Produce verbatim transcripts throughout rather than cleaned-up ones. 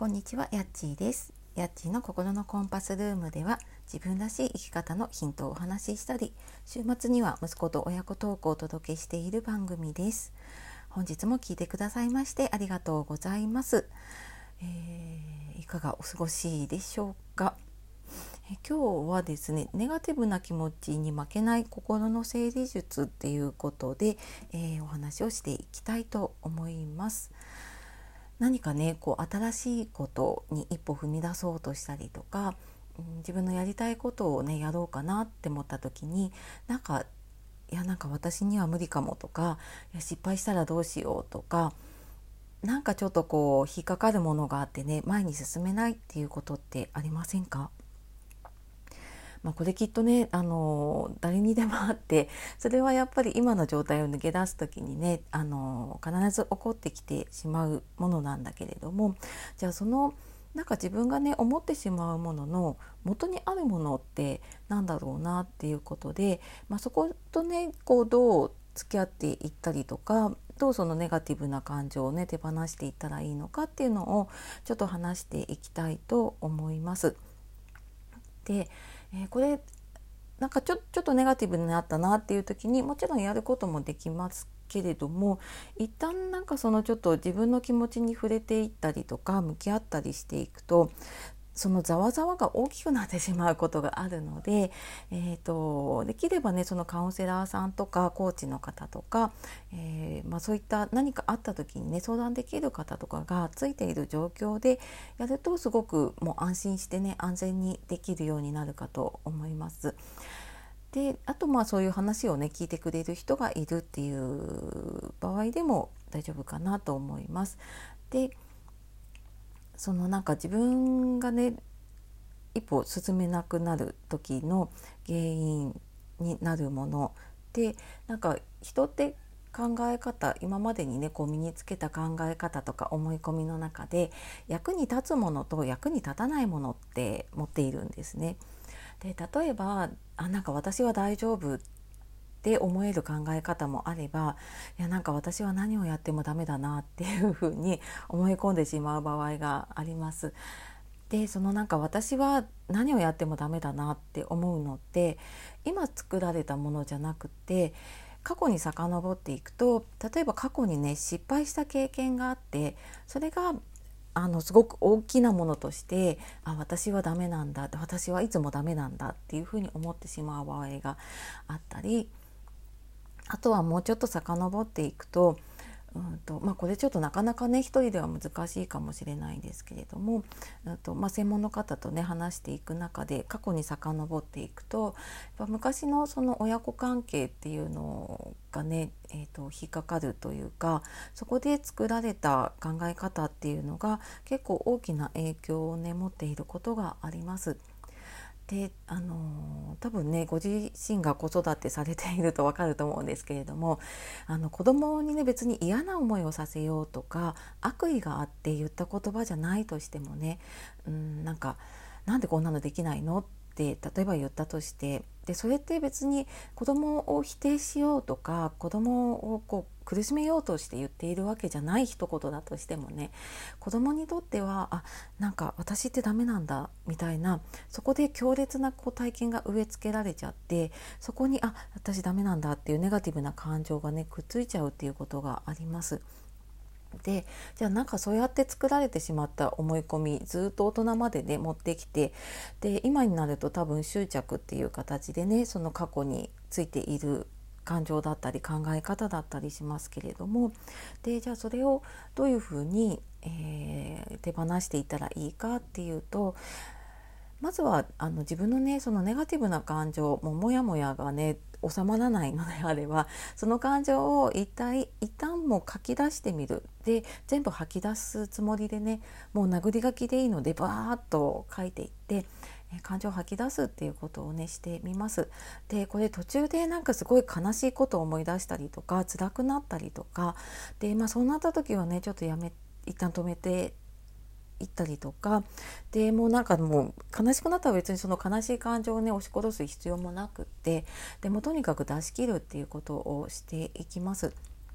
こんにちは、やっちーです。やっちーの心のコンパスルームでは、自分らしい生き方のヒントをお話ししたり、週末には息子と親子トークをお届けしている番組です。本日も聞いてくださいましてありがとうございます。えー、いかがお過ごしでしょうか。え今日はですね、ネガティブな気持ちに負けない心の整理術っていうことで、えー、お話をしていきたいと思います。何かねこう新しいことに一歩踏み出そうとしたりとか、うん、自分のやりたいことをねやろうかなって思った時に、なんかいやなんか私には無理かもとか、いや失敗したらどうしようとか、なんかちょっとこう引っかかるものがあってね前に進めないっていうことってありませんか？まあ、これきっとねあの誰にでもあって、それはやっぱり今の状態を抜け出す時にねあの必ず起こってきてしまうものなんだけれども、じゃあそのなんか自分がね思ってしまうものの元にあるものってなんだろうなっていうことで、まあ、そことねこうどう付き合っていったりとか、どうそのネガティブな感情をね手放していったらいいのかっていうのをちょっと話していきたいと思います。で、えーこれなんかちょ、ちょっとネガティブになったなっていう時にもちろんやることもできますけれども、一旦なんかそのちょっと自分の気持ちに触れていったりとか向き合ったりしていくと、そのざわざわが大きくなってしまうことがあるので、えーと、できればねそのカウンセラーさんとかコーチの方とか、えーまあ、そういった何かあった時にね相談できる方とかがついている状況でやると、すごくもう安心してね安全にできるようになるかと思います。であとまあそういう話をね聞いてくれる人がいるっていう場合でも大丈夫かなと思います。でそのなんか自分がね一歩進めなくなる時の原因になるもので、なんか人って考え方、今までにねこう身につけた考え方とか思い込みの中で、役に立つものと役に立たないものって持っているんですね。で例えばあなんか私は大丈夫って思える考え方もあれば、いやなんか私は何をやってもダメだなっていうふうに思い込んでしまう場合があります。でそのなんか私は何をやってもダメだなって思うのって、今作られたものじゃなくて、過去に遡っていくと、例えば過去にね失敗した経験があって、それがあのすごく大きなものとして、あ私はダメなんだ、私はいつもダメなんだっていうふうに思ってしまう場合があったり、あとはもうちょっと遡っていくと、うんとまあ、これちょっとなかなかね一人では難しいかもしれないんですけれども、うんとまあ、専門の方とね話していく中で過去に遡っていくと、やっぱ昔のその親子関係っていうのがね、えーと引っかかるというか、そこで作られた考え方っていうのが結構大きな影響をね持っていることがあります。であの多分ねご自身が子育てされていると分かると思うんですけれども、あの子供にね別に嫌な思いをさせようとか悪意があって言った言葉じゃないとしてもね、うんなんかなんでこんなのできないのって例えば言ったとして、でそれって別に子供を否定しようとか子供をこう苦しめようとして言っているわけじゃない一言だとしてもね、子供にとってはあなんか私ってダメなんだみたいな、そこで強烈なこう体験が植え付けられちゃって、そこにあ私ダメなんだっていうネガティブな感情がねくっついちゃうっていうことがあります。でじゃあなんかそうやって作られてしまった思い込み、ずっと大人までね持ってきて、で今になると多分執着っていう形でねその過去についている感情だったり考え方だったりしますけれども、でじゃあそれをどういうふうに、えー手放していったらいいかっていうと、まずはあの自分のねそのネガティブな感情もモヤモヤがね収まらないのであれば、その感情を一体一旦もう書き出してみる。で全部吐き出すつもりでね、もう殴り書きでいいのでバーッと書いていって、感情を吐き出すっていうことをねしてみます。でこれ途中でなんかすごい悲しいことを思い出したりとか辛くなったりとかで、まあ、そうなった時はねちょっとやめ一旦止めて行ったりとかで、もうなんかもう悲しくなったら別にその悲しい感情をね押し殺す必要もなくって、でもとにかく出し切るっていうことをしていきます。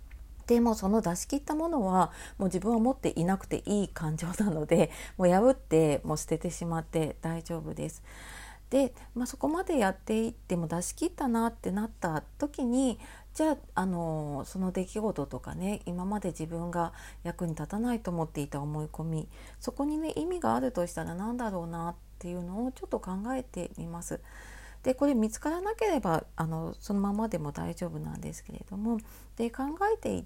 でもその出し切ったものはもう自分は持っていなくていい感情なので、もう破ってもう捨ててしまって大丈夫です。で、まあ、そこまでやっていっても出し切ったなってなった時に、じゃあ、あのその出来事とかね、今まで自分が役に立たないと思っていた思い込み、そこにね意味があるとしたら何だろうなっていうのをちょっと考えてみます。でこれ見つからなければあのそのままでも大丈夫なんですけれども、で考えていって、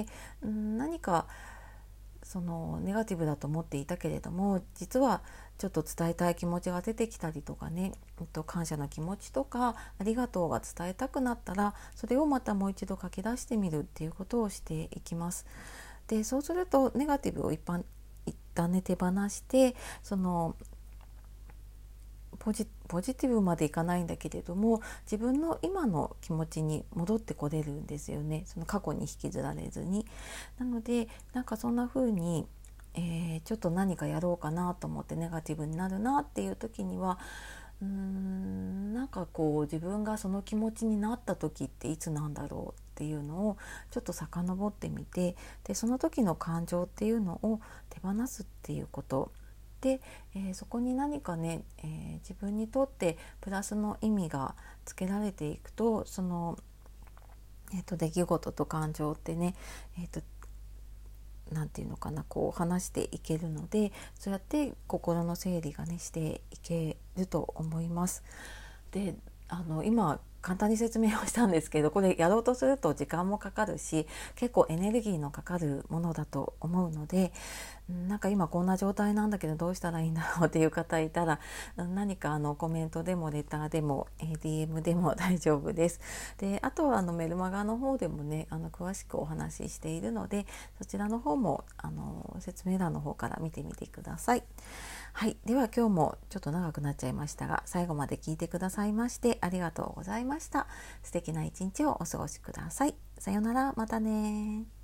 うん、何かそのネガティブだと思っていたけれども、実はちょっと伝えたい気持ちが出てきたりとかね、感謝の気持ちとかありがとうが伝えたくなったら、それをまたもう一度書き出してみるっていうことをしていきます。でそうするとネガティブを一般一旦ね手放して、そのポジ、ポジティブまでいかないんだけれども、自分の今の気持ちに戻ってこれるんですよね。その過去に引きずられずに。なのでなんかそんな風に、えー、ちょっと何かやろうかなと思ってネガティブになるなっていう時には、うーんなんかこう自分がその気持ちになった時っていつなんだろうっていうのをちょっと遡ってみて、でその時の感情っていうのを手放すっていうことで、えー、そこに何かね、えー、自分にとってプラスの意味がつけられていくと、その、えー、と出来事と感情ってね、えー、となんていうのかな、こう話していけるので、そうやって心の整理がねしていけると思います。であの今簡単に説明をしたんですけど、これやろうとすると時間もかかるし、結構エネルギーのかかるものだと思うので、なんか今こんな状態なんだけどどうしたらいいんだろうっていう方いたら、何かあのコメントでもレターでも ディーエム でも大丈夫です。であとはあのメルマガの方でもね、あの詳しくお話ししているので、そちらの方もあの説明欄の方から見てみてください。はい、では今日もちょっと長くなっちゃいましたが、最後まで聞いてくださいましてありがとうございました。素敵な一日をお過ごしください。さようなら、またね。